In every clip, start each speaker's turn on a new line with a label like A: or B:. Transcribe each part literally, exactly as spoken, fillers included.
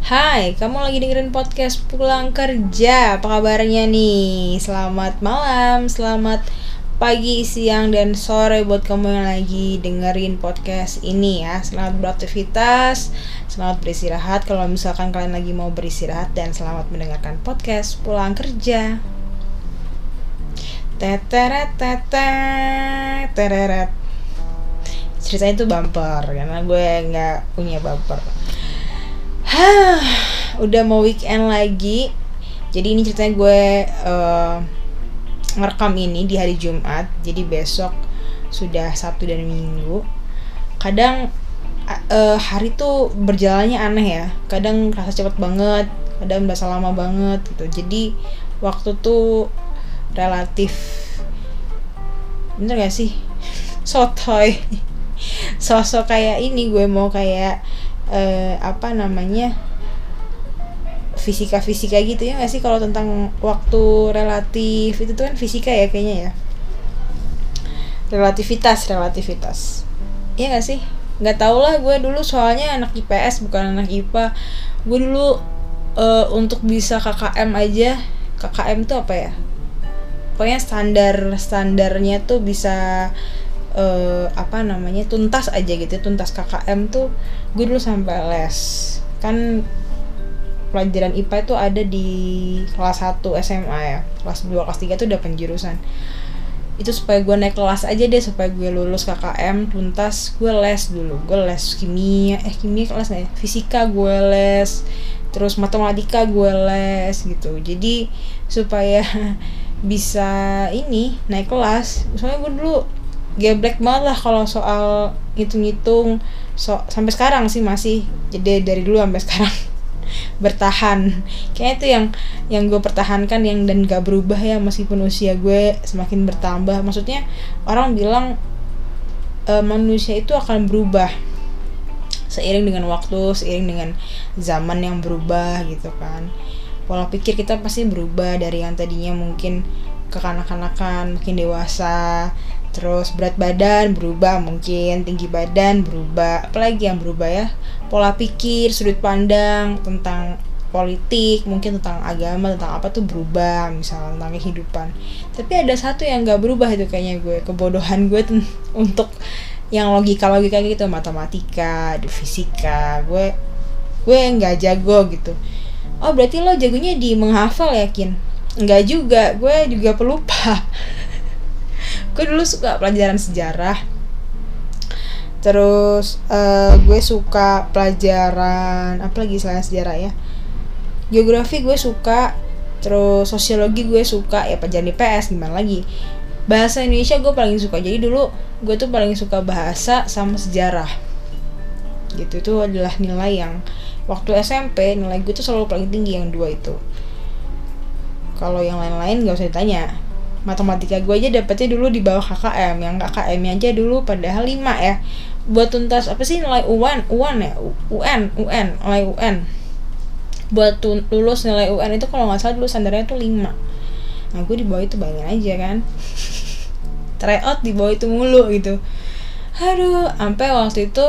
A: Hai, kamu lagi dengerin podcast Pulang Kerja. Apa kabarnya nih? Selamat malam, selamat pagi, siang, dan sore buat kamu yang lagi dengerin podcast ini ya. Selamat beraktivitas, selamat beristirahat kalau misalkan kalian lagi mau beristirahat, dan selamat mendengarkan podcast Pulang Kerja. Teteret teteret tereret. Ceritanya itu bumper karena gue nggak punya bumper. Hah, udah mau weekend lagi. Jadi ini ceritanya gue uh, ngerekam ini di hari Jumat. Jadi besok sudah Sabtu dan Minggu. Kadang uh, hari tuh berjalannya aneh ya. Kadang rasa cepet banget, kadang berasa lama banget gitu. Jadi waktu tuh relatif, bener gak sih? Sotoy. Sosok kayak ini gue mau kayak Uh, apa namanya fisika-fisika gitu ya nggak sih, kalau tentang waktu relatif itu tuh kan fisika ya kayaknya ya, relativitas relativitas ya nggak sih, nggak tau lah. Gue dulu soalnya anak I P S bukan anak I P A. Gue dulu uh, untuk bisa K K M aja, K K M tuh apa ya, pokoknya standar standarnya tuh bisa Uh, apa namanya tuntas aja gitu, tuntas K K M tuh gue dulu sampai les. Kan pelajaran I P A itu ada di kelas satu S M A ya, kelas dua kelas tiga tuh udah penjurusan. Itu supaya gue naik kelas aja deh, supaya gue lulus K K M tuntas, gue les dulu. Gue les kimia, eh kimia kelas ya, fisika gue les, terus matematika gue les gitu. Jadi supaya bisa ini naik kelas. Soalnya gue dulu geblek banget lah kalau soal ngitung-ngitung, so, sampai sekarang sih masih. Jadi dari dulu sampai sekarang bertahan. Kayaknya itu yang yang gue pertahankan, yang dan gak berubah ya meskipun usia gue semakin bertambah. Maksudnya orang bilang e, manusia itu akan berubah seiring dengan waktu, seiring dengan zaman yang berubah gitu kan. Pola pikir kita pasti berubah dari yang tadinya mungkin kekanak-kanakan makin dewasa. Terus berat badan berubah, mungkin tinggi badan berubah, apalagi yang berubah ya, pola pikir, sudut pandang tentang politik, mungkin tentang agama, tentang apa tuh berubah, misalnya tentang kehidupan. Tapi ada satu yang gak berubah itu kayaknya gue, kebodohan gue ten- untuk yang logika-logika gitu, matematika, fisika, gue gue gak jago gitu. Oh berarti lo jagonya di menghafal yakin? Enggak juga, gue juga pelupa. Gue dulu suka pelajaran sejarah, terus uh, gue suka pelajaran apa lagi selain sejarah ya, geografi gue suka, terus sosiologi gue suka, ya pelajaran I P S gimana lagi. Bahasa Indonesia gue paling suka, jadi dulu gue tuh paling suka bahasa sama sejarah gitu. Itu adalah nilai yang waktu S M P nilai gue tuh selalu paling tinggi, yang dua itu. Kalau yang lain-lain gak usah ditanya. Matematika gue aja dapetnya dulu di bawah K K M, yang K K M-nya aja dulu padahal lima ya. Buat tuntas apa sih nilai U N, U N ya, U N, U N, nilai U N. Buat tun- lulus nilai U N itu kalau nggak salah dulu standarnya tuh lima. Nah gue di bawah itu, bayangin aja kan. Tryout di bawah itu mulu gitu. Aduh, sampai waktu itu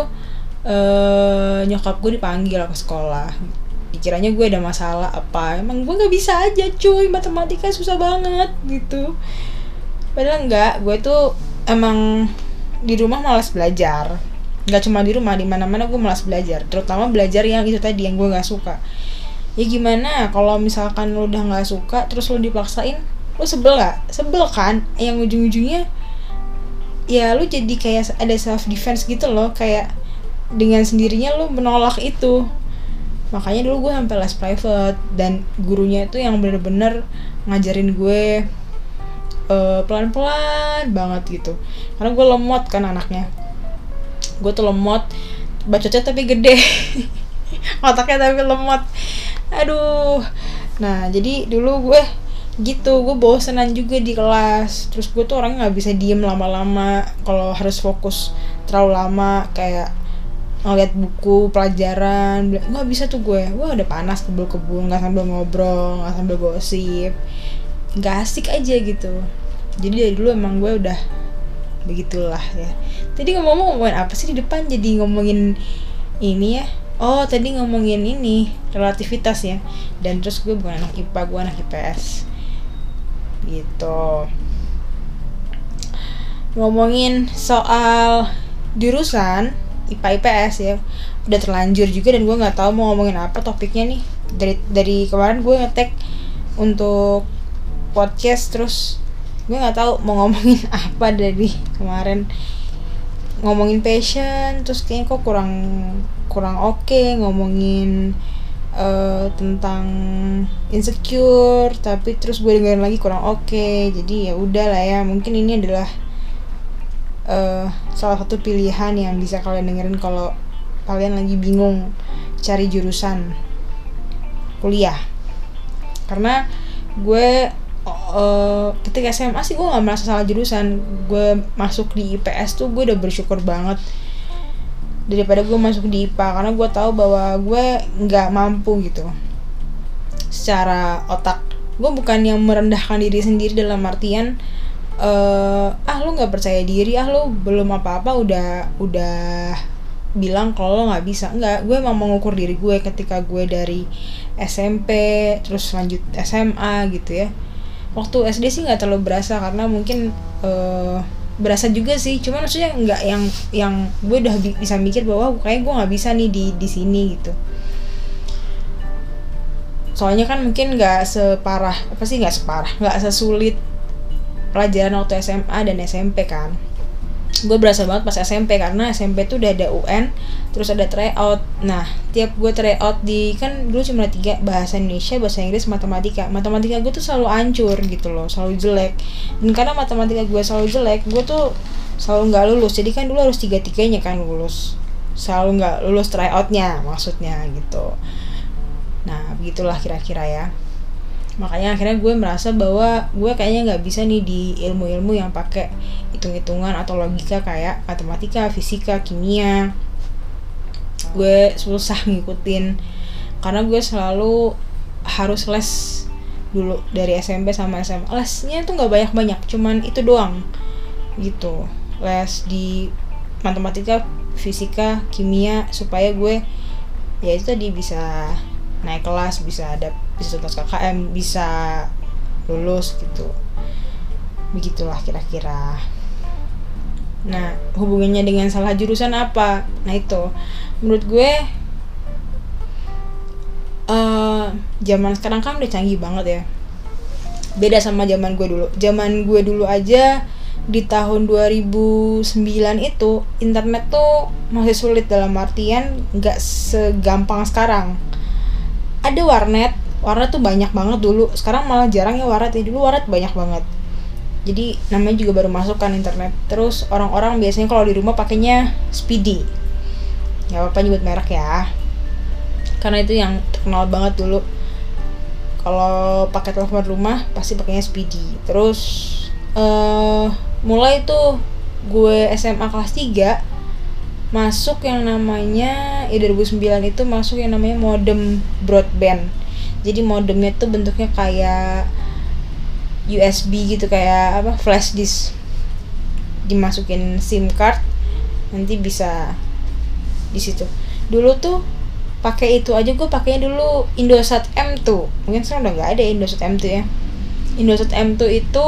A: uh, nyokap gue dipanggil ke sekolah. Dikiranya gue ada masalah apa, emang gue nggak bisa aja cuy, matematika susah banget gitu. Padahal enggak, gue tuh emang di rumah malas belajar. Nggak cuma di rumah, di mana-mana gue malas belajar, terutama belajar yang itu tadi yang gue nggak suka. Ya gimana kalau misalkan lo udah nggak suka terus lo dipaksain, lo sebel nggak? Sebel kan? Yang ujung-ujungnya ya lo jadi kayak ada self defense gitu loh, kayak dengan sendirinya lo menolak itu. Makanya dulu gue sampai les private, dan gurunya itu yang bener-bener ngajarin gue uh, pelan-pelan banget gitu. Karena gue lemot kan anaknya. Gue tuh lemot, bacotnya tapi gede. Otaknya tapi lemot. Aduh. Nah jadi dulu gue gitu, gue bosenan juga di kelas. Terus gue tuh orangnya gak bisa diem lama-lama. Kalau harus fokus terlalu lama, kayak ngeliat buku pelajaran nggak bisa tuh gue. Wah udah panas kebul-kebul, nggak sambil ngobrol, nggak sambil gosip, nggak asik aja gitu. Jadi dari dulu emang gue udah begitulah ya. Tadi ngomong-ngomong ngomongin apa sih di depan, jadi ngomongin ini ya. Oh tadi ngomongin ini relativitas ya, dan terus gue bukan anak I P A, gue anak I P S gitu. Ngomongin soal jurusan I P A I P S ya udah terlanjur juga, dan gue nggak tahu mau ngomongin apa topiknya nih. Dari dari kemarin gue ngetek untuk podcast, terus gue nggak tahu mau ngomongin apa. Dari kemarin ngomongin passion, terus kayaknya kok kurang kurang oke okay. Ngomongin uh, tentang insecure, tapi terus gue dengerin lagi kurang oke okay. Jadi ya udah lah ya, mungkin ini adalah uh, salah satu pilihan yang bisa kalian dengerin kalau kalian lagi bingung cari jurusan kuliah. Karena gue uh, ketika S M A sih gue nggak merasa salah jurusan. Gue masuk di I P S tuh gue udah bersyukur banget daripada gue masuk di I P A, karena gue tahu bahwa gue nggak mampu gitu secara otak. Gue bukan yang merendahkan diri sendiri dalam artian uh, ah lu nggak percaya diri, ah lu belum apa-apa udah udah bilang kalau lo nggak bisa. Enggak, gue emang mengukur diri gue ketika gue dari S M P terus lanjut S M A gitu ya. Waktu S D sih nggak terlalu berasa karena mungkin uh, berasa juga sih, cuman maksudnya nggak yang yang gue udah bi- bisa mikir bahwa kayaknya gue nggak bisa nih di di sini gitu. Soalnya kan mungkin nggak separah apa sih nggak separah nggak sesulit pelajaran waktu S M A dan S M P kan. Gue berasa banget pas S M P karena S M P tuh udah ada U N, terus ada tryout. Nah tiap gue tryout di, kan dulu cuma ada tiga, bahasa Indonesia, bahasa Inggris, matematika. Matematika gue tuh selalu hancur gitu loh, selalu jelek. Dan karena matematika gue selalu jelek, gue tuh selalu nggak lulus. Jadi kan dulu harus tiga tiganya kan lulus, selalu nggak lulus tryoutnya maksudnya gitu. Nah begitulah kira-kira ya. Makanya akhirnya gue merasa bahwa gue kayaknya nggak bisa nih di ilmu-ilmu yang pakai hitung-hitungan atau logika kayak matematika, fisika, kimia. Gue susah ngikutin karena gue selalu harus les dulu dari S M P sama S M A. Lesnya tuh nggak banyak-banyak, cuman itu doang gitu. Les di matematika, fisika, kimia supaya gue ya itu tadi bisa naik kelas, bisa ada bisa tuntas K K M, bisa lulus gitu. Begitulah kira-kira. Nah, hubungannya dengan salah jurusan apa? Nah itu, menurut gue uh, zaman sekarang kan udah canggih banget ya. Beda sama zaman gue dulu. Zaman gue dulu aja di tahun dua ribu sembilan itu internet tuh masih sulit, dalam artian gak segampang sekarang. Ada warnet, warnet tuh banyak banget dulu. Sekarang malah jarang ya warnet ya. Dulu warnet banyak banget. Jadi namanya juga baru masuk kan internet. Terus orang-orang biasanya kalau di rumah pakainya Speedy. Gak apa-apa nyebut merek ya, karena itu yang terkenal banget dulu. Kalau pakai telepon rumah pasti pakainya Speedy. Terus uh, mulai tuh gue S M A kelas tiga masuk yang namanya ya dua ribu sembilan itu masuk yang namanya modem broadband. Jadi modemnya tuh bentuknya kayak U S B gitu, kayak apa, flash disk, dimasukin SIM card nanti bisa di situ. Dulu tuh pakai itu aja, gue pakainya dulu Indosat M tuh. Mungkin sekarang udah nggak ada ya Indosat M tuh ya. Indosat M tuh itu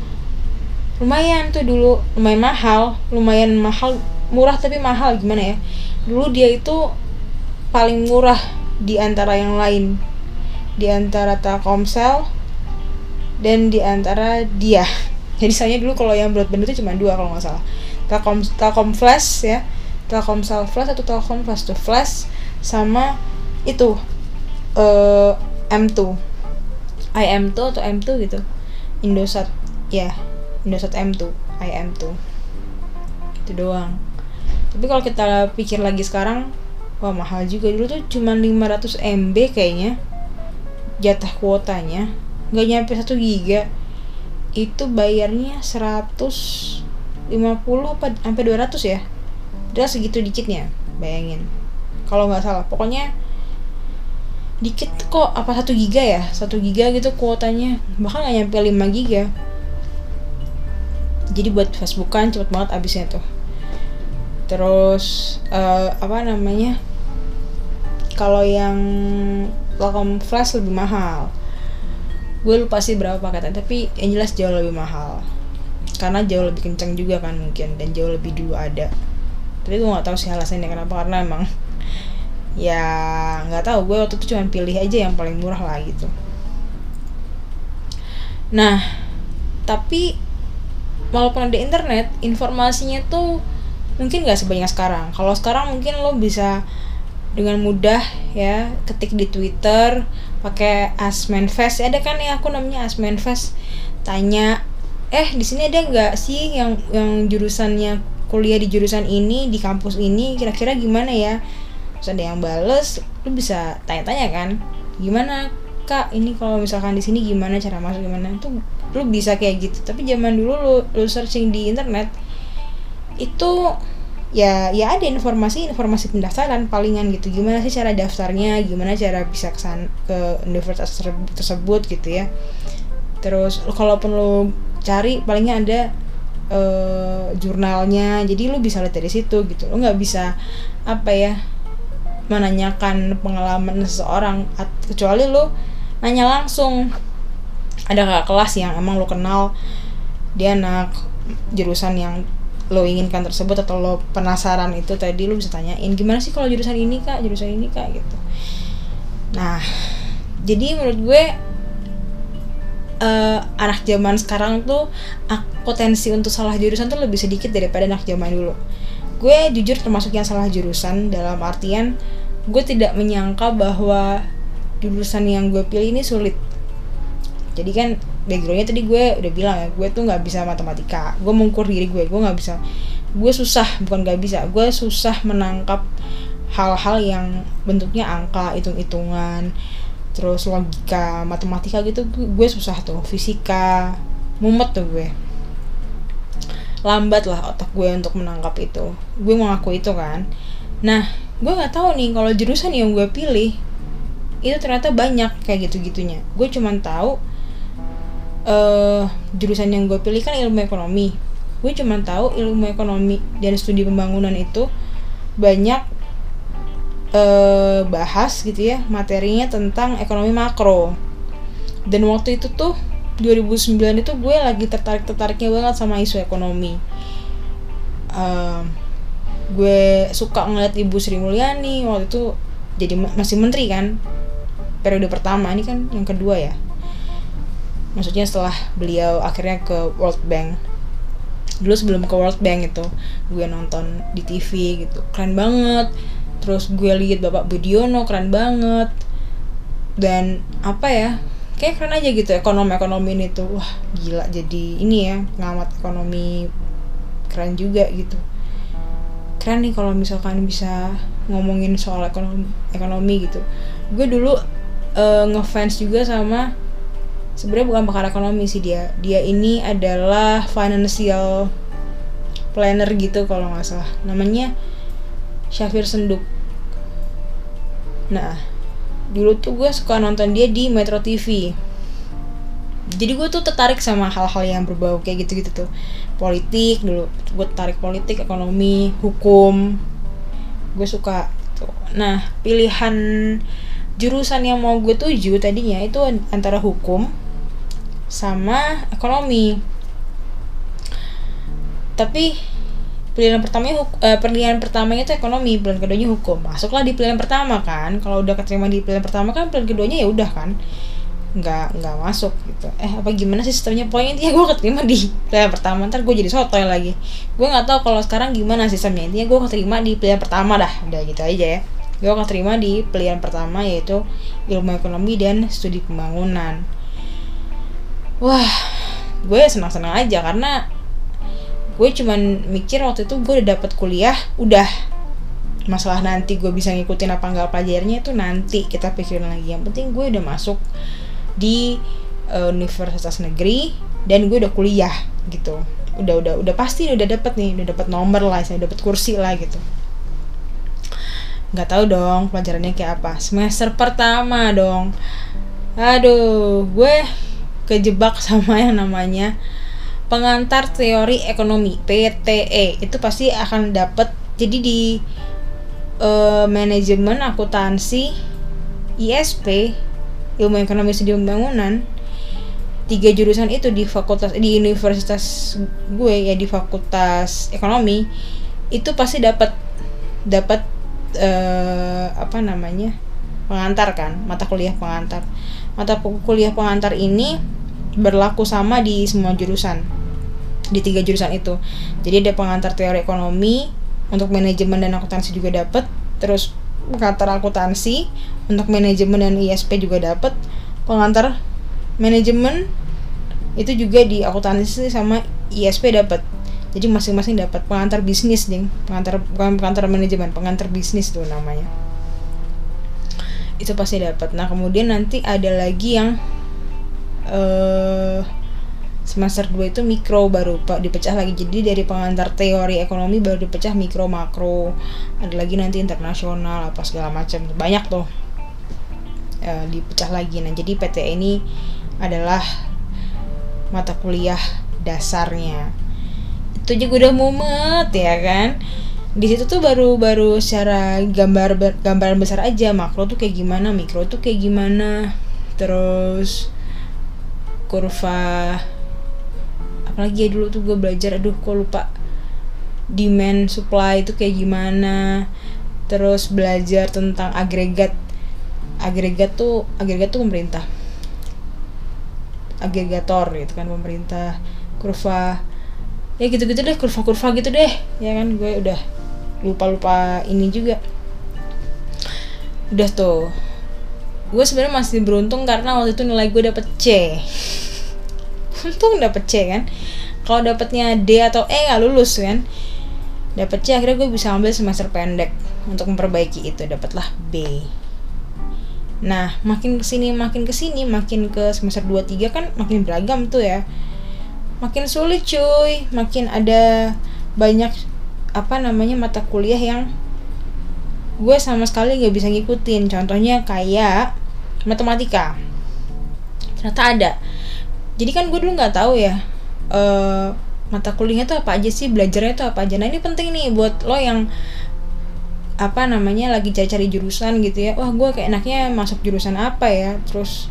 A: lumayan tuh dulu, lumayan mahal, lumayan mahal, murah tapi mahal gimana ya. Dulu dia itu paling murah di antara yang lain, di antara Telkomsel dan di antara dia. Jadi soalnya dulu kalau yang broadband itu cuma dua kalau nggak salah, Telkom Telkom Flash ya, Telkomsel Flash atau Telkom Flash tuh, Flash sama itu uh, M two, I M two atau M two gitu, Indosat ya, Indosat M two, I M two, itu doang. Tapi kalau kita pikir lagi sekarang, wah mahal juga. Dulu tuh cuma lima ratus M B kayaknya jatah kuotanya, nggak nyampe satu giga. Itu bayarnya seratus lima puluh apa sampai dua ratus ya, udah segitu dikitnya, bayangin. Kalau nggak salah pokoknya dikit kok, apa satu giga ya, satu giga gitu kuotanya, bahkan nggak nyampe lima giga. Jadi buat Facebookan cepet banget abisnya tuh. Terus uh, apa namanya, Kalau yang Telkom Flash lebih mahal. Gue lupa sih berapa paketnya, tapi yang jelas jauh lebih mahal. Karena jauh lebih kencang juga kan mungkin, dan jauh lebih dulu ada. Tapi gue nggak tahu sih alasannya kenapa, karena emang ya nggak tahu, gue waktu itu cuma pilih aja yang paling murah lah gitu. Nah, tapi walaupun ada internet, informasinya tuh mungkin nggak sebanyak sekarang. Kalau sekarang mungkin lo bisa dengan mudah ya ketik di Twitter pakai Asmenfest, ada kan ya aku namanya Asmenfest, tanya eh di sini ada nggak sih yang yang jurusannya kuliah di jurusan ini di kampus ini, kira-kira gimana ya. Terus ada yang bales, lu bisa tanya-tanya kan, gimana kak ini kalau misalkan di sini gimana cara masuk gimana, tuh lu bisa kayak gitu. Tapi zaman dulu lu, lu searching di internet itu ya ya ada informasi-informasi pendaftaran palingan gitu, gimana sih cara daftarnya, gimana cara bisa kesan ke universitas tersebut gitu ya. Terus kalaupun lu cari palingnya ada uh, jurnalnya, jadi lu bisa lihat dari situ gitu. Lu nggak bisa apa ya menanyakan pengalaman seseorang, kecuali lu nanya langsung. Ada kakak kelas yang emang lo kenal, dia anak jurusan yang lo inginkan tersebut, atau lo penasaran itu tadi, lo bisa tanyain gimana sih kalau jurusan ini kak, jurusan ini kak gitu. Nah, jadi menurut gue uh, anak zaman sekarang tuh potensi untuk salah jurusan tuh lebih sedikit daripada anak zaman dulu. Gue jujur termasuk yang salah jurusan, dalam artian gue tidak menyangka bahwa jurusan yang gue pilih ini sulit. Jadi kan backgroundnya tadi gue udah bilang ya, gue tuh nggak bisa matematika. Gue mengukur diri gue, gue nggak bisa. Gue susah, bukan nggak bisa. Gue susah menangkap hal-hal yang bentuknya angka, hitung-hitungan, terus logika, matematika gitu. Gue susah tuh, fisika, mumet tuh gue. Lambat lah otak gue untuk menangkap itu. Gue mau ngaku itu kan. Nah, gue nggak tahu nih kalau jurusan yang gue pilih itu ternyata banyak kayak gitu-gitunya. Gue cuma tahu uh, jurusan yang gue pilih kan ilmu ekonomi. Gue cuma tahu ilmu ekonomi dan studi pembangunan itu banyak uh, bahas gitu ya, materinya tentang ekonomi makro. Dan waktu itu tuh dua ribu sembilan itu gue lagi tertarik-tertariknya banget sama isu ekonomi. Uh, gue suka ngeliat Ibu Sri Mulyani waktu itu jadi masih menteri kan, periode pertama, ini kan yang kedua ya, maksudnya setelah beliau akhirnya ke World Bank. Dulu sebelum ke World Bank itu gue nonton di T V gitu, keren banget. Terus gue lihat Bapak Budiono, keren banget. Dan apa ya, kayak keren aja gitu ekonomi-ekonomi ini tuh. Wah gila, jadi ini ya pengamat ekonomi keren juga gitu. Keren nih kalau misalkan bisa ngomongin soal ekonomi, ekonomi gitu. Gue dulu uh, ngefans juga sama, sebenarnya bukan pakar ekonomi sih dia. Dia ini adalah financial planner gitu kalau nggak salah. Namanya Syafir Senduk. Nah, dulu tuh gue suka nonton dia di Metro T V. Jadi gue tuh tertarik sama hal-hal yang berbau kayak gitu-gitu tuh. Politik dulu, gue tertarik politik, ekonomi, hukum. Gue suka tuh. Nah, pilihan jurusan yang mau gue tuju tadinya itu antara hukum sama ekonomi. Tapi pilihan pertamanya uh, pilihan pertamanya itu ekonomi, pilihan keduanya hukum. Masuklah di pilihan pertama kan. Kalau udah keterima di pilihan pertama kan pilihan keduanya ya udah kan. nggak nggak masuk gitu. Eh apa gimana sih sistemnya? Pokoknya intinya gue keterima di pilihan pertama, ntar gue jadi sotoy lagi. Gue nggak tahu kalau sekarang gimana sistemnya. Intinya gue keterima di pilihan pertama dah, udah gitu aja ya. Gue keterima di pilihan pertama yaitu ilmu ekonomi dan studi pembangunan. Wah, gue senang-senang aja karena gue cuman mikir waktu itu gue udah dapet kuliah, udah. Masalah nanti gue bisa ngikutin apa enggak pelajarannya itu nanti kita pikirin lagi. Yang penting gue udah masuk di uh, universitas negeri dan gue udah kuliah gitu. Udah udah udah pasti udah dapet nih, udah dapet nomor lah, saya dapet kursi lah gitu. Nggak tahu dong pelajarannya kayak apa. Semester pertama dong, aduh, gue kejebak sama yang namanya pengantar teori ekonomi P T E. Itu pasti akan dapet. Jadi di uh, manajemen, akuntansi, I S P, ilmu ekonomi studi pembangunan. Tiga jurusan itu di fakultas di universitas gue ya, di fakultas ekonomi itu pasti dapat dapat uh, apa namanya pengantar kan, mata kuliah pengantar. Mata kuliah pengantar ini berlaku sama di semua jurusan, di tiga jurusan itu. Jadi ada pengantar teori ekonomi, untuk manajemen dan akuntansi juga dapat, terus pengantar akuntansi untuk manajemen dan I S P juga dapat, pengantar manajemen itu juga di akuntansi sama I S P dapat. Jadi masing-masing dapat. Pengantar bisnis ding, pengantar bukan pengantar manajemen, pengantar bisnis tuh namanya. Itu pasti dapat. Nah, kemudian nanti ada lagi yang uh, semester dua itu mikro, baru pak dipecah lagi. Jadi dari pengantar teori ekonomi baru dipecah mikro makro. Ada lagi nanti internasional apa segala macam. Banyak tuh. Uh, dipecah lagi. Nah, jadi P T E ini adalah mata kuliah dasarnya. Itu juga udah mumet ya kan. Di situ tuh baru-baru secara gambar gambaran besar aja, makro tuh kayak gimana, mikro tuh kayak gimana, terus kurva apalagi ya dulu tuh gue belajar, aduh kok lupa, demand supply itu kayak gimana, terus belajar tentang agregat agregat tuh agregat tuh pemerintah, agregator gitu kan pemerintah, kurva ya gitu-gitu deh, kurva-kurva gitu deh ya kan. Gue udah lupa-lupa ini juga. Udah tuh, gue sebenarnya masih beruntung karena waktu itu nilai gue dapet C. Untung dapet C kan. Kalau dapetnya D atau E nggak lulus kan. Dapet C, akhirnya gue bisa ambil semester pendek untuk memperbaiki itu, dapatlah B. Nah, makin kesini makin kesini makin ke semester dua tiga kan makin beragam tuh ya. Makin sulit cuy, makin ada banyak apa namanya mata kuliah yang gue sama sekali gak bisa ngikutin. Contohnya kayak matematika, ternyata ada. Jadi kan gue dulu gak tahu ya uh, mata kuliahnya tuh apa aja sih, belajarnya tuh apa aja. Nah ini penting nih buat lo yang apa namanya lagi cari-cari jurusan gitu ya. Wah, gue kayak enaknya masuk jurusan apa ya, terus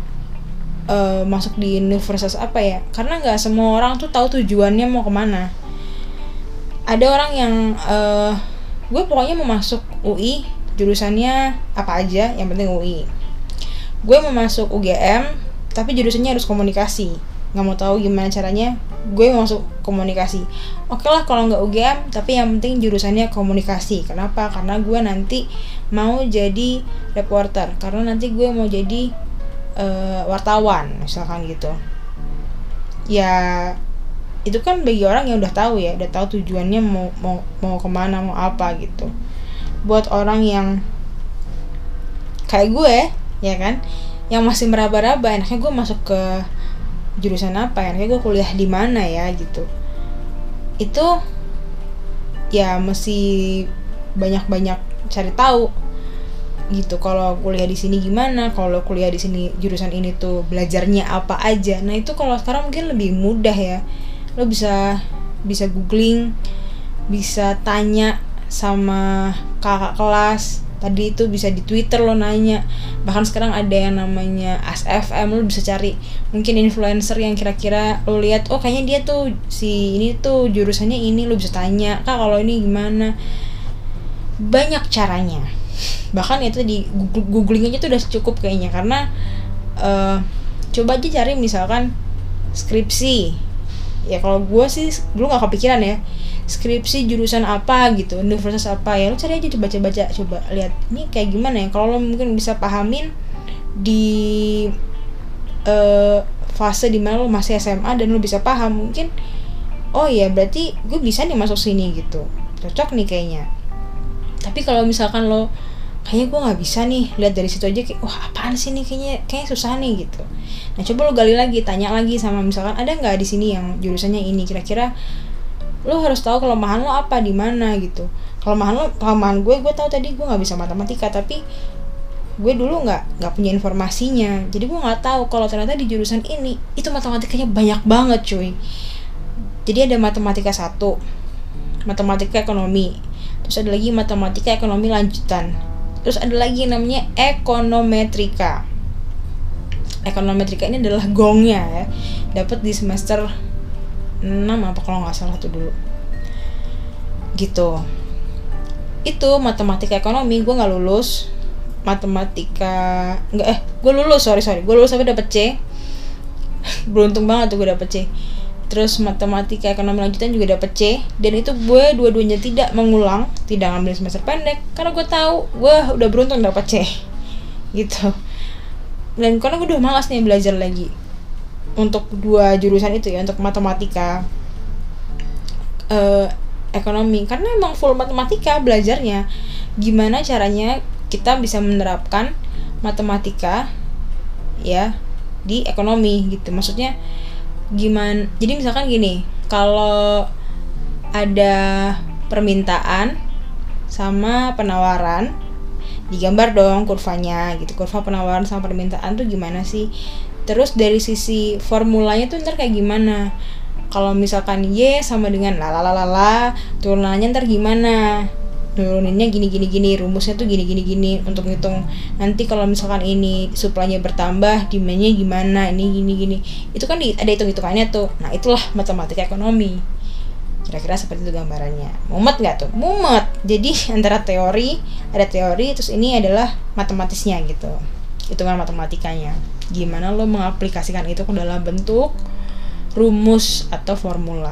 A: uh, masuk di universitas apa ya. Karena gak semua orang tuh tahu tujuannya mau kemana. Ada orang yang uh, gue pokoknya mau masuk U I, jurusannya apa aja, yang penting U I. Gue mau masuk U G M, tapi jurusannya harus komunikasi. Nggak mau tahu gimana caranya, gue mau masuk komunikasi. Oke lah kalau nggak U G M, tapi yang penting jurusannya komunikasi. Kenapa? Karena gue nanti mau jadi reporter. Karena nanti gue mau jadi uh, wartawan, misalkan gitu. Ya itu kan bagi orang yang udah tahu ya, udah tahu tujuannya mau mau mau kemana, mau apa gitu. Buat orang yang kayak gue ya kan, yang masih meraba-raba, enaknya gue masuk ke jurusan apa, enaknya gue kuliah di mana ya gitu. Itu ya mesti banyak-banyak cari tahu gitu. Kalau kuliah di sini gimana, kalau kuliah di sini jurusan ini tuh belajarnya apa aja. Nah itu kalau sekarang mungkin lebih mudah ya. Lo bisa bisa googling, bisa tanya sama kakak kelas. Tadi itu bisa di Twitter lo nanya. Bahkan sekarang ada yang namanya A S F M, lo bisa cari mungkin influencer yang kira-kira lo lihat, oh kayaknya dia tuh si ini tuh jurusannya ini, lo bisa tanya, "Kak, kalau ini gimana?" Banyak caranya. Bahkan itu di googling aja tuh udah cukup kayaknya. Karena uh, coba aja cari misalkan skripsi. Ya kalau gue sih dulu gak kepikiran ya, skripsi jurusan apa gitu, universitas apa ya, lo cari aja, coba coba baca, coba lihat ini kayak gimana ya. Kalau lo mungkin bisa pahamin di uh, fase dimana lo masih S M A dan lo bisa paham, mungkin oh ya berarti gue bisa nih masuk sini gitu, cocok nih kayaknya. Tapi kalau misalkan lo kayaknya gue nggak bisa nih, lihat dari situ aja kayak wah apaan sih nih, kayaknya kayaknya susah nih gitu. Nah coba lo gali lagi, tanya lagi sama misalkan ada nggak di sini yang jurusannya ini, kira-kira lo harus tahu kelemahan lo apa di mana gitu. Kelemahan lo, kelemahan gue gue tahu tadi gue nggak bisa matematika, tapi gue dulu nggak nggak punya informasinya, jadi gue nggak tahu kalau ternyata di jurusan ini itu matematikanya banyak banget cuy. Jadi ada matematika satu, matematika ekonomi, terus ada lagi matematika ekonomi lanjutan, terus ada lagi yang namanya ekonometrika. Ekonometrika ini adalah gongnya ya, dapat di semester enam apa kalau nggak salah tuh dulu gitu. Itu matematika ekonomi gue nggak lulus. Matematika nggak eh gue lulus sorry sorry gue lulus tapi dapet C. Beruntung banget tuh gue dapet C. Terus matematika ekonomi lanjutan juga dapet C, dan itu gue dua-duanya tidak mengulang, tidak ngambil semester pendek karena gue tahu gue udah beruntung dapet C gitu. Dan karena gue udah malas nih belajar lagi untuk dua jurusan itu ya, untuk matematika uh, ekonomi, karena emang full matematika belajarnya. Gimana caranya kita bisa menerapkan matematika ya di ekonomi gitu, maksudnya gimana. Jadi misalkan gini, kalau ada permintaan sama penawaran, digambar dong kurvanya gitu, kurva penawaran sama permintaan tuh gimana sih. Terus dari sisi formulanya tuh ntar kayak gimana, kalau misalkan Y sama dengan lalalala, turunannya ntar gimana, nuruninnya gini gini gini, rumusnya tuh gini gini gini untuk ngitung nanti kalau misalkan ini supply-nya bertambah, demand-nya gimana, ini gini gini. Itu kan di, ada hitung-hitungannya tuh. Nah, itulah matematika ekonomi. Kira-kira seperti itu gambarannya. Mumet nggak tuh? Mumet. Jadi antara teori, ada teori, terus ini adalah matematisnya gitu, hitungan matematikanya. Gimana lo mengaplikasikan itu ke dalam bentuk rumus atau formula.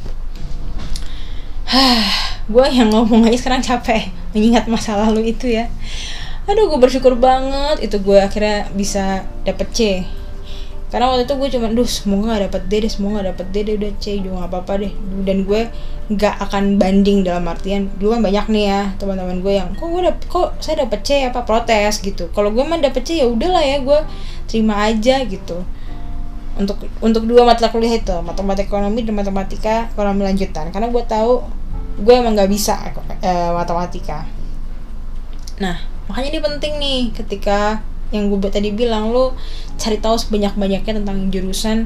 A: Gue yang ngomong aja sekarang capek mengingat masa lalu itu ya. Aduh, gue bersyukur banget itu gue akhirnya bisa dapet C. Karena waktu itu gue cuma, duh semoga gak dapet D deh, semoga gak dapet D deh, udah C juga gak apa-apa deh. Dan gue gak akan banding, dalam artian dulu kan banyak nih ya teman-teman gue yang kok gue dapet, kok saya dapet C apa protes gitu. Kalau gue mah dapet C ya udahlah ya, gue terima aja gitu. Untuk untuk dua mata kuliah itu, matematika ekonomi dan matematika ekonomi lanjutan, karena gue tahu gue emang gak bisa uh, matematika. Nah, makanya ini penting nih ketika yang gue tadi bilang, lo cari tahu sebanyak-banyaknya tentang jurusan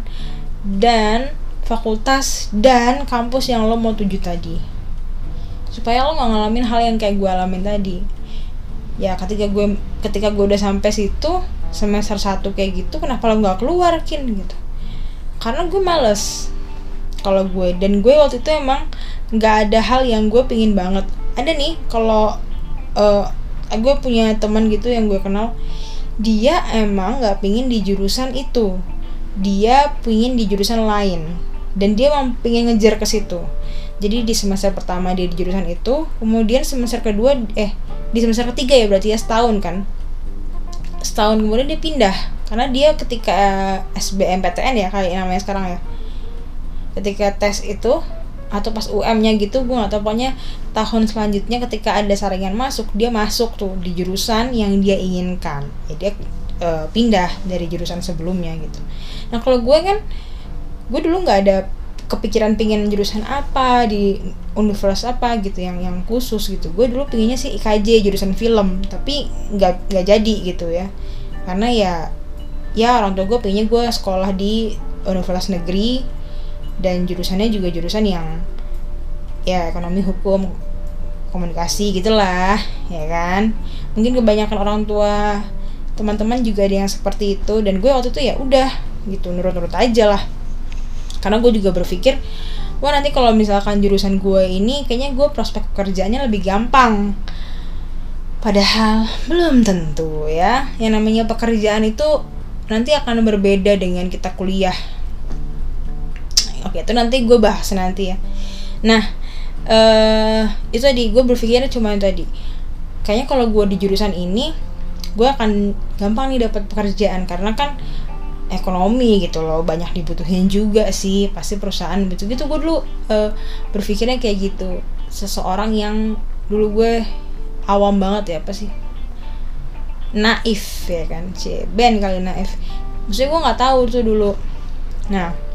A: dan fakultas dan kampus yang lo mau tuju tadi, supaya lo gak ngalamin hal yang kayak gue alamin tadi. Ya ketika gue ketika gue udah sampai situ semester satu kayak gitu, kenapa lo gak keluar Kin gitu? Karena gue males kalau gue, dan gue waktu itu emang gak ada hal yang gue pingin banget. Ada nih kalau uh, gue punya teman gitu yang gue kenal, dia emang gak pingin di jurusan itu, dia pingin di jurusan lain, dan dia emang pingin ngejar ke situ. Jadi di semester pertama dia di jurusan itu, kemudian semester kedua eh di semester ketiga ya berarti ya setahun kan, setahun kemudian dia pindah karena dia ketika S B M P T N ya kayak namanya sekarang ya, ketika tes itu atau pas U M-nya gitu, gue nggak tahu, pokoknya tahun selanjutnya ketika ada saringan masuk, dia masuk tuh di jurusan yang dia inginkan. Ya dia uh, pindah dari jurusan sebelumnya gitu. Nah kalau gue kan, gue dulu nggak ada kepikiran pingin jurusan apa di universitas apa gitu yang yang khusus gitu. Gue dulu pinginnya sih I K J jurusan film, tapi nggak nggak jadi gitu ya, karena ya ya orang tua gue pinginnya gue sekolah di universitas negeri dan jurusannya juga jurusan yang ya ekonomi, hukum, komunikasi gitulah ya kan. Mungkin kebanyakan orang tua teman-teman juga ada yang seperti itu, dan gue waktu itu ya udah gitu nurut-nurut aja lah, karena gue juga berpikir wah nanti kalau misalkan jurusan gue ini kayaknya gue prospek pekerjaannya lebih gampang. Padahal belum tentu ya, yang namanya pekerjaan itu nanti akan berbeda dengan kita kuliah. Oke, itu nanti gue bahas nanti ya. Nah, uh, itu tadi gue berpikirnya cuma itu tadi. Kayaknya kalau gue di jurusan ini, gue akan gampang nih dapat pekerjaan karena kan ekonomi gitu loh, banyak dibutuhin juga sih, pasti perusahaan gitu gitu. Gue dulu uh, berpikirnya kayak gitu. Seseorang yang dulu gue awam banget ya, apa sih? Naif ya kan, C Ben kali naif. Maksudnya gue nggak tahu tuh dulu. Nah.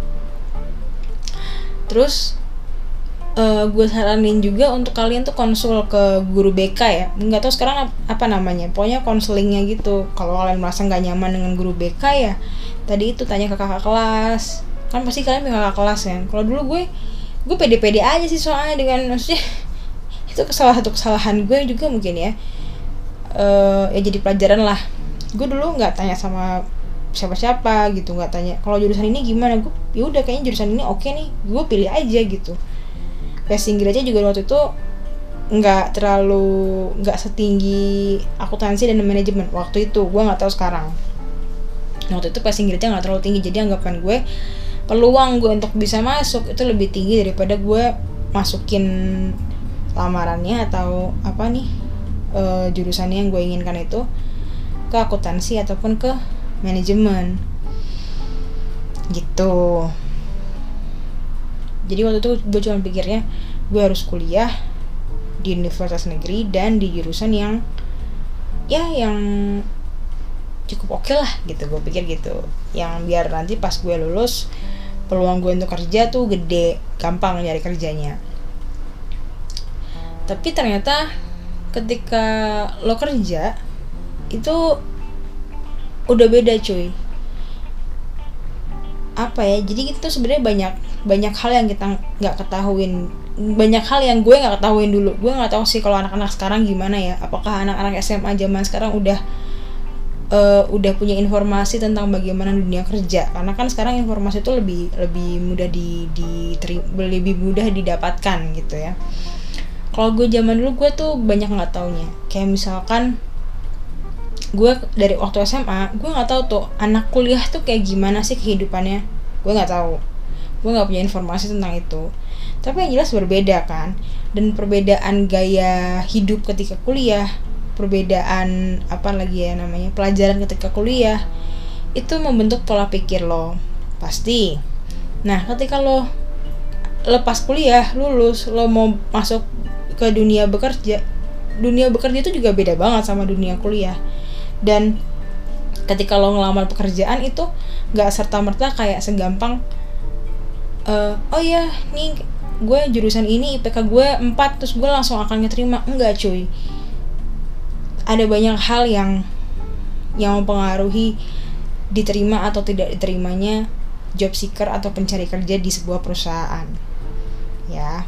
A: Terus uh, gue saranin juga untuk kalian tuh konsul ke guru B K ya. Nggak tahu sekarang apa namanya, pokoknya konselingnya gitu. Kalau kalian merasa nggak nyaman dengan guru B K ya, tadi itu tanya ke kakak kelas. Kan pasti kalian punya kakak kelas kan. Kalau dulu gue, gue pede-pede aja sih soalnya dengan, maksudnya Itu salah satu kesalahan gue juga mungkin ya. Uh, ya jadi pelajaran lah. Gue dulu nggak tanya sama siapa-siapa gitu, nggak tanya kalau jurusan ini gimana, gue ya udah kayaknya jurusan ini oke nih, gue pilih aja gitu. Passing grade-nya juga waktu itu nggak terlalu nggak setinggi akuntansi dan manajemen waktu itu, gue nggak tahu sekarang. Waktu itu passing grade-nya nggak terlalu tinggi, jadi anggapan gue peluang gue untuk bisa masuk itu lebih tinggi daripada gue masukin lamarannya atau apa nih uh, jurusannya yang gue inginkan itu ke akuntansi ataupun ke manajemen gitu. Jadi waktu itu gue cuma pikirnya gue harus kuliah di universitas negeri dan di jurusan yang ya yang cukup oke okay lah gitu, gue pikir gitu, yang biar nanti pas gue lulus peluang gue untuk kerja tuh gede, gampang nyari kerjanya. Tapi ternyata ketika lo kerja itu udah beda cuy. Apa ya, jadi itu sebenarnya banyak banyak hal yang kita nggak ketahuin, banyak hal yang gue nggak ketahuin dulu. Gue nggak tahu sih kalau anak-anak sekarang gimana ya, apakah anak-anak S M A zaman sekarang udah uh, udah punya informasi tentang bagaimana dunia kerja, karena kan sekarang informasi itu lebih lebih mudah di, di teri, lebih mudah didapatkan gitu ya. Kalau gue zaman dulu gue tuh banyak nggak taunya, kayak misalkan gue dari waktu S M A gue nggak tahu tuh anak kuliah tuh kayak gimana sih kehidupannya, gue nggak tahu, gue nggak punya informasi tentang itu. Tapi yang jelas berbeda kan, dan perbedaan gaya hidup ketika kuliah, perbedaan apa lagi ya namanya pelajaran ketika kuliah itu membentuk pola pikir lo pasti. Nah ketika lo lepas kuliah lulus, lo mau masuk ke dunia bekerja, dunia bekerja itu juga beda banget sama dunia kuliah. Dan ketika lo ngelamar pekerjaan itu gak serta-merta kayak segampang uh, oh ya nih gue jurusan ini I P K gue empat terus gue langsung akan keterima. Enggak cuy, ada banyak hal yang yang mempengaruhi diterima atau tidak diterimanya job seeker atau pencari kerja di sebuah perusahaan ya.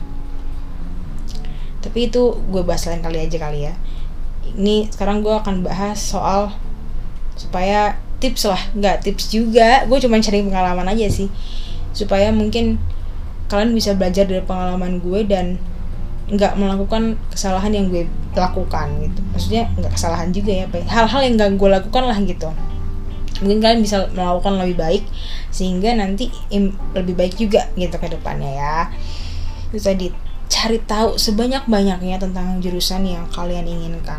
A: Tapi itu gue bahas lain kali aja kali ya. Ini sekarang gue akan bahas soal supaya tips lah, nggak tips juga, gue cuma sharing pengalaman aja sih, supaya mungkin kalian bisa belajar dari pengalaman gue dan nggak melakukan kesalahan yang gue lakukan gitu. Maksudnya nggak kesalahan juga ya, hal-hal yang nggak gue lakukan lah gitu. Mungkin kalian bisa melakukan lebih baik sehingga nanti im- lebih baik juga gitu ke depannya ya. Terus tadi cari tahu sebanyak-banyaknya tentang jurusan yang kalian inginkan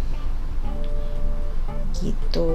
A: gitu.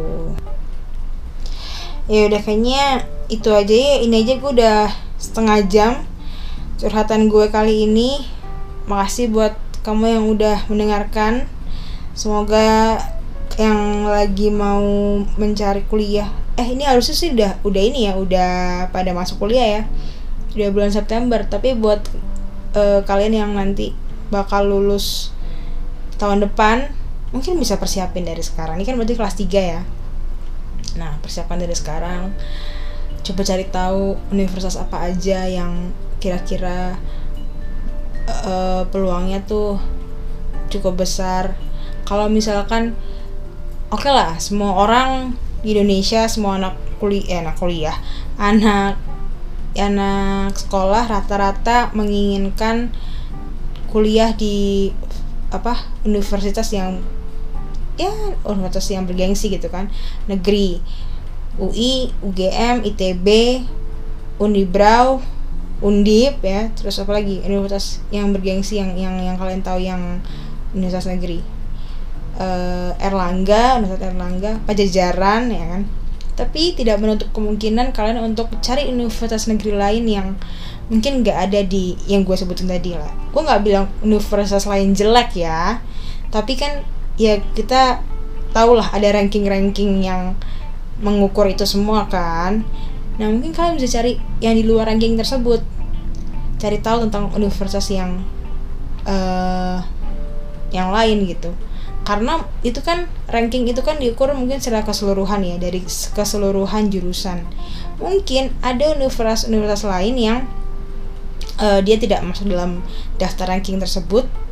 A: Ya udah kayaknya itu aja ya, ini aja gue udah setengah jam curhatan gue kali ini. Makasih buat kamu yang udah mendengarkan. Semoga yang lagi mau mencari kuliah, eh ini harusnya sih udah udah ini ya, udah pada masuk kuliah ya, udah bulan September. Tapi buat Uh, kalian yang nanti bakal lulus tahun depan mungkin bisa persiapin dari sekarang. Ini kan berarti kelas tiga ya. Nah persiapan dari sekarang, coba cari tahu universitas apa aja yang kira-kira uh, peluangnya tuh cukup besar. Kalau misalkan oke okay lah, semua orang di Indonesia, semua anak kuliah, eh, anak kuliah anak anak sekolah rata-rata menginginkan kuliah di apa universitas yang ya universitas yang bergengsi gitu kan, negeri, U I, U G M, I T B, Unibrau, Undip ya, terus apa lagi universitas yang bergengsi yang yang yang kalian tahu yang universitas negeri, uh, Erlangga, Universitas Erlangga, Pajajaran ya kan. Tapi tidak menutup kemungkinan kalian untuk cari universitas negeri lain yang mungkin nggak ada di yang gue sebutin tadi lah. Gue nggak bilang universitas lain jelek ya, tapi kan ya kita tahu lah ada ranking-ranking yang mengukur itu semua kan. Nah mungkin kalian bisa cari yang di luar ranking tersebut, cari tahu tentang universitas yang uh, yang lain gitu. Karena itu kan ranking itu kan diukur mungkin secara keseluruhan ya, dari keseluruhan jurusan. Mungkin ada universitas-universitas lain yang uh, dia tidak masuk dalam daftar ranking tersebut,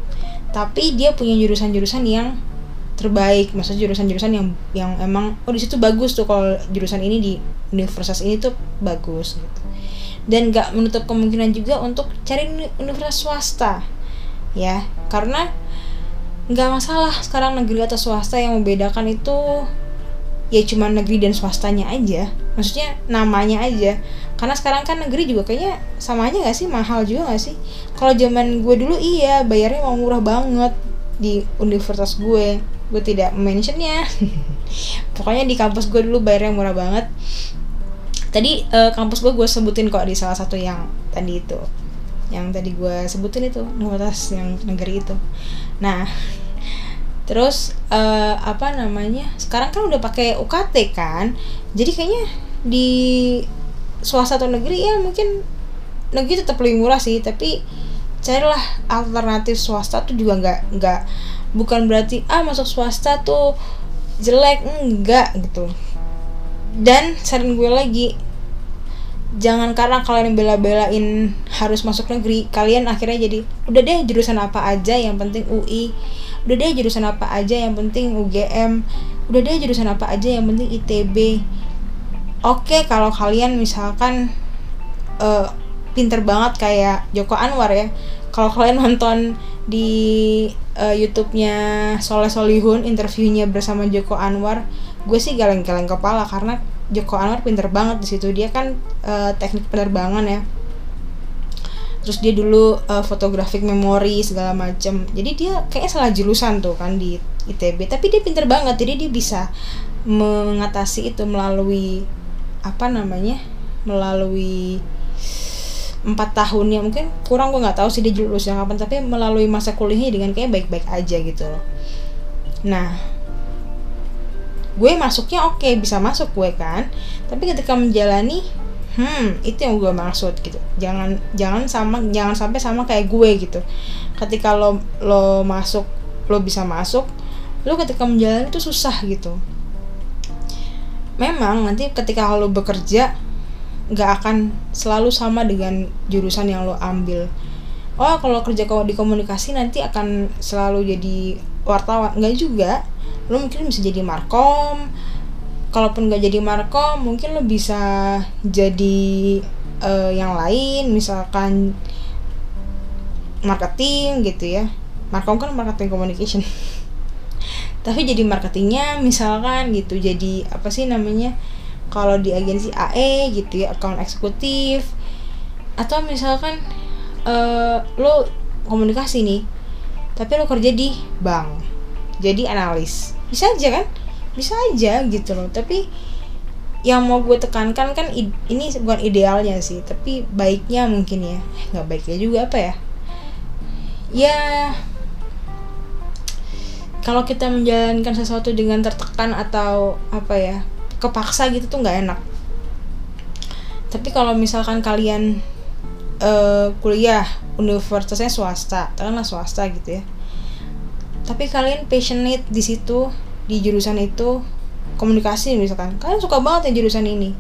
A: tapi dia punya jurusan-jurusan yang terbaik, maksudnya jurusan-jurusan yang yang emang oh di situ bagus tuh, kalau jurusan ini di universitas ini tuh bagus gitu. Dan nggak menutup kemungkinan juga untuk cari universitas swasta ya, karena nggak masalah sekarang negeri atau swasta, yang membedakan itu ya cuma negeri dan swastanya aja, maksudnya namanya aja. Karena sekarang kan negeri juga kayaknya sama aja nggak sih, mahal juga nggak sih. Kalau zaman gue dulu iya bayarnya mau murah banget di universitas gue, gue tidak mentionnya. Pokoknya di kampus gue dulu bayarnya murah banget. Tadi uh, kampus gue gue sebutin kok di salah satu yang tadi itu, yang tadi gue sebutin itu universitas yang negeri itu. Nah terus uh, apa namanya, sekarang kan udah pakai U K T kan, jadi kayaknya di swasta atau negeri ya mungkin negeri tetap lebih murah sih, tapi carilah alternatif swasta tuh juga nggak nggak bukan berarti ah masuk swasta tuh jelek, enggak gitu. Dan saran gue lagi, jangan karena kalian bela-belain harus masuk negeri, kalian akhirnya jadi udah deh jurusan apa aja yang penting U I, udah deh jurusan apa aja yang penting U G M, udah deh jurusan apa aja yang penting I T B. Oke, kalau kalian misalkan uh, pinter banget kayak Joko Anwar ya, kalau kalian nonton di uh, YouTube-nya Soleh Solihun interviewnya bersama Joko Anwar, gue sih galeng-galeng kepala karena Joko Anwar pinter banget di situ. Dia kan uh, teknik penerbangan ya, terus dia dulu uh, photographic memory segala macem, jadi dia kayaknya salah jurusan tuh kan di I T B, tapi dia pinter banget, jadi dia bisa mengatasi itu melalui apa namanya melalui empat tahunnya, mungkin kurang, gue nggak tahu sih dia jurusan kapan, tapi melalui masa kuliahnya dengan kayak baik-baik aja gitu loh. Nah gue masuknya oke, okay, bisa masuk gue kan, tapi ketika menjalani hmm itu yang gue maksud gitu, jangan jangan sama jangan sampai sama kayak gue gitu. Ketika lo lo masuk, lo bisa masuk, lo ketika menjalani itu susah gitu. Memang nanti ketika lo bekerja nggak akan selalu sama dengan jurusan yang lo ambil. Oh kalau kerja di komunikasi nanti akan selalu jadi wartawan, nggak juga. Lo mungkin bisa jadi markom, kalaupun nggak jadi markom mungkin lo bisa jadi uh, yang lain, misalkan marketing gitu ya. Markom kan marketing communication. Tapi jadi marketingnya misalkan gitu, jadi apa sih namanya kalau di agensi A E gitu ya, account eksekutif. Atau misalkan uh, lo komunikasi nih, tapi lo kerja di bank jadi analis, bisa aja kan, bisa aja gitu loh. Tapi yang mau gue tekankan kan id- ini bukan idealnya sih, tapi baiknya mungkin ya, nggak baiknya juga apa ya ya kalau kita menjalankan sesuatu dengan tertekan atau apa ya kepaksa gitu tuh nggak enak. Tapi kalau misalkan kalian uh, kuliah universitasnya swasta, katakanlah swasta gitu ya, tapi kalian passionate di situ, di jurusan itu, komunikasi misalkan, kalian suka banget ya jurusan ini,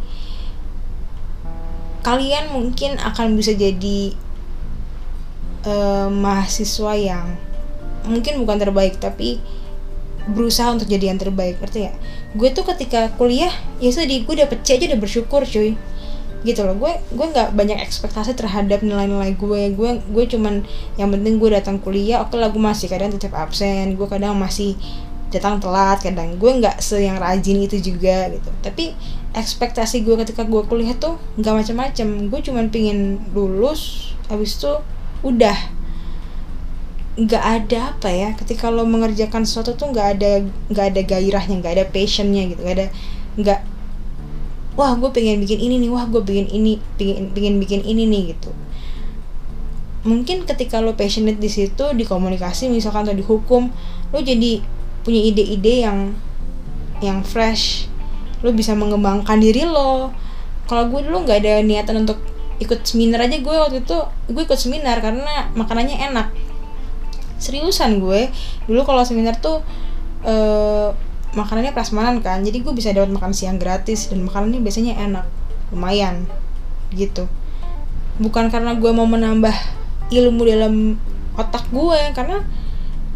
A: kalian mungkin akan bisa jadi uh, mahasiswa yang mungkin bukan terbaik, tapi berusaha untuk jadi yang terbaik, ngerti ya? Gue tuh ketika kuliah, ya sedih, gue dapet C aja udah bersyukur cuy, gitu loh. Gue gue nggak banyak ekspektasi terhadap nilai-nilai gue. Gue gue cuman yang penting gue datang kuliah, oke lah gue masih kadang tetap absen, gue kadang masih datang telat, kadang gue nggak se yang rajin itu juga gitu. Tapi ekspektasi gue ketika gue kuliah tuh nggak macam-macam. Gue cuman pingin lulus, habis itu udah. Nggak ada apa ya, ketika lo mengerjakan sesuatu tuh nggak ada nggak ada gairahnya, nggak ada passionnya gitu, nggak ada nggak wah gue pengen bikin ini nih, wah gue pengen ini pengen pengen bikin ini nih gitu. Mungkin ketika lo passionate di situ, di komunikasi misalkan atau di hukum, lo jadi punya ide-ide yang yang fresh, lo bisa mengembangkan diri lo. Kalau gue dulu nggak ada niatan untuk ikut seminar aja, gue waktu itu gue ikut seminar karena makanannya enak. Seriusan gue dulu kalau seminar tuh uh, makanannya prasmanan kan, jadi gue bisa dapat makan siang gratis dan makanannya biasanya enak, lumayan gitu. Bukan karena gue mau menambah ilmu dalam otak gue, karena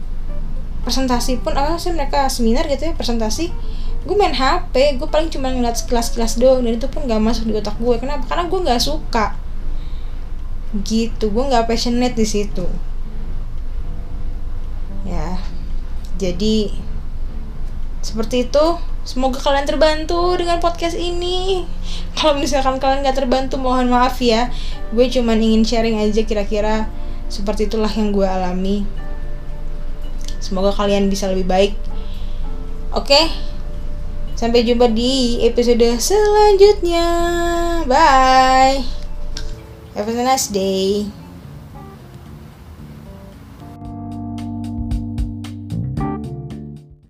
A: presentasi pun apa sih mereka seminar gitu ya, presentasi gue main H P, gue paling cuma ngeliat sekilas-sekilas doang, dan itu pun gak masuk di otak gue. Kenapa? Karena gue gak suka gitu, gue gak passionate di situ ya. Jadi seperti itu. Semoga kalian terbantu dengan podcast ini. Kalau misalkan kalian gak terbantu, mohon maaf ya. Gue cuman ingin sharing aja, kira-kira seperti itulah yang gue alami. Semoga kalian bisa lebih baik. Oke, sampai jumpa di episode selanjutnya. Bye. Have a nice day.